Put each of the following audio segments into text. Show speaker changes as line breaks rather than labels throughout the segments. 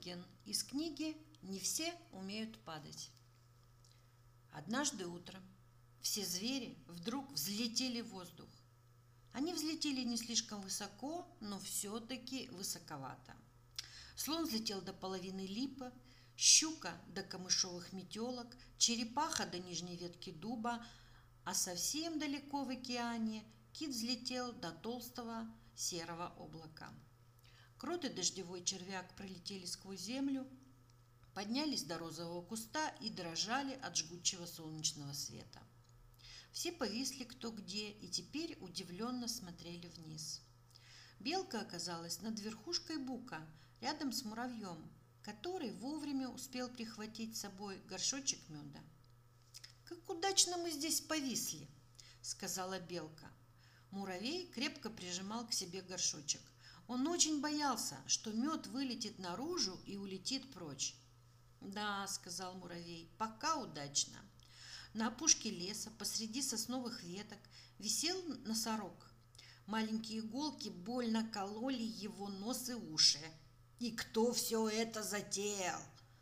Онегин из книги «Не все умеют падать». Однажды утром все звери вдруг взлетели в воздух. Они взлетели не слишком высоко, но все-таки высоковато. Слон взлетел до половины липы, щука до камышовых метелок, черепаха до нижней ветки дуба, а совсем далеко в океане кит взлетел до толстого серого облака. Крот и дождевой червяк пролетели сквозь землю, поднялись до розового куста и дрожали от жгучего солнечного света. Все повисли кто где и теперь удивленно смотрели вниз. Белка оказалась над верхушкой бука, рядом с муравьем, который вовремя успел прихватить с собой горшочек меда. «Как удачно мы здесь повисли!» — сказала белка. Муравей крепко прижимал к себе горшочек. Он очень боялся, что мед вылетит наружу и улетит прочь. «Да, — сказал муравей, — пока удачно». На опушке леса, посреди сосновых веток, висел носорог. Маленькие иголки больно кололи его нос и уши. «И кто все это затеял?»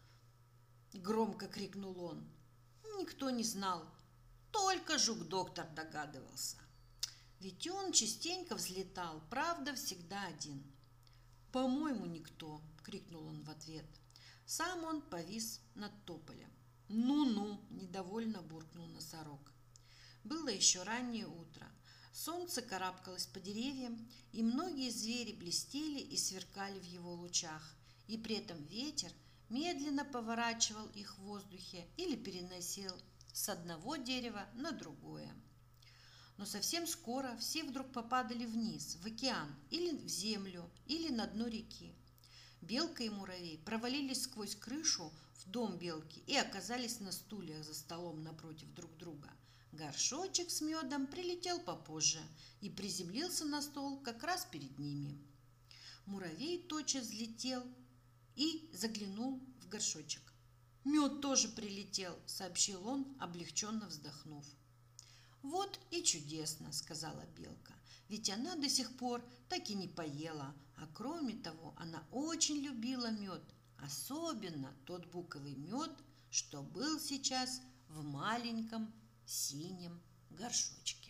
— громко крикнул он. Никто не знал, только жук-доктор догадывался. Ведь он частенько взлетал, правда, всегда один. «По-моему, никто!» — крикнул он в ответ. Сам он повис над тополем. «Ну-ну!» – недовольно буркнул носорог. Было еще раннее утро. Солнце карабкалось по деревьям, и многие звери блестели и сверкали в его лучах. И при этом ветер медленно поворачивал их в воздухе или переносил с одного дерева на другое. Но совсем скоро все вдруг попадали вниз, в океан, или в землю, или на дно реки. Белка и муравей провалились сквозь крышу в дом белки и оказались на стульях за столом напротив друг друга. Горшочек с медом прилетел попозже и приземлился на стол как раз перед ними. Муравей тотчас взлетел и заглянул в горшочек. «Мед тоже прилетел», — сообщил он, облегченно вздохнув. «Вот и чудесно», — сказала белка, «ведь она до сих пор так и не поела, а кроме того она очень любила мед, особенно тот буковый мед, что был сейчас в маленьком синем горшочке».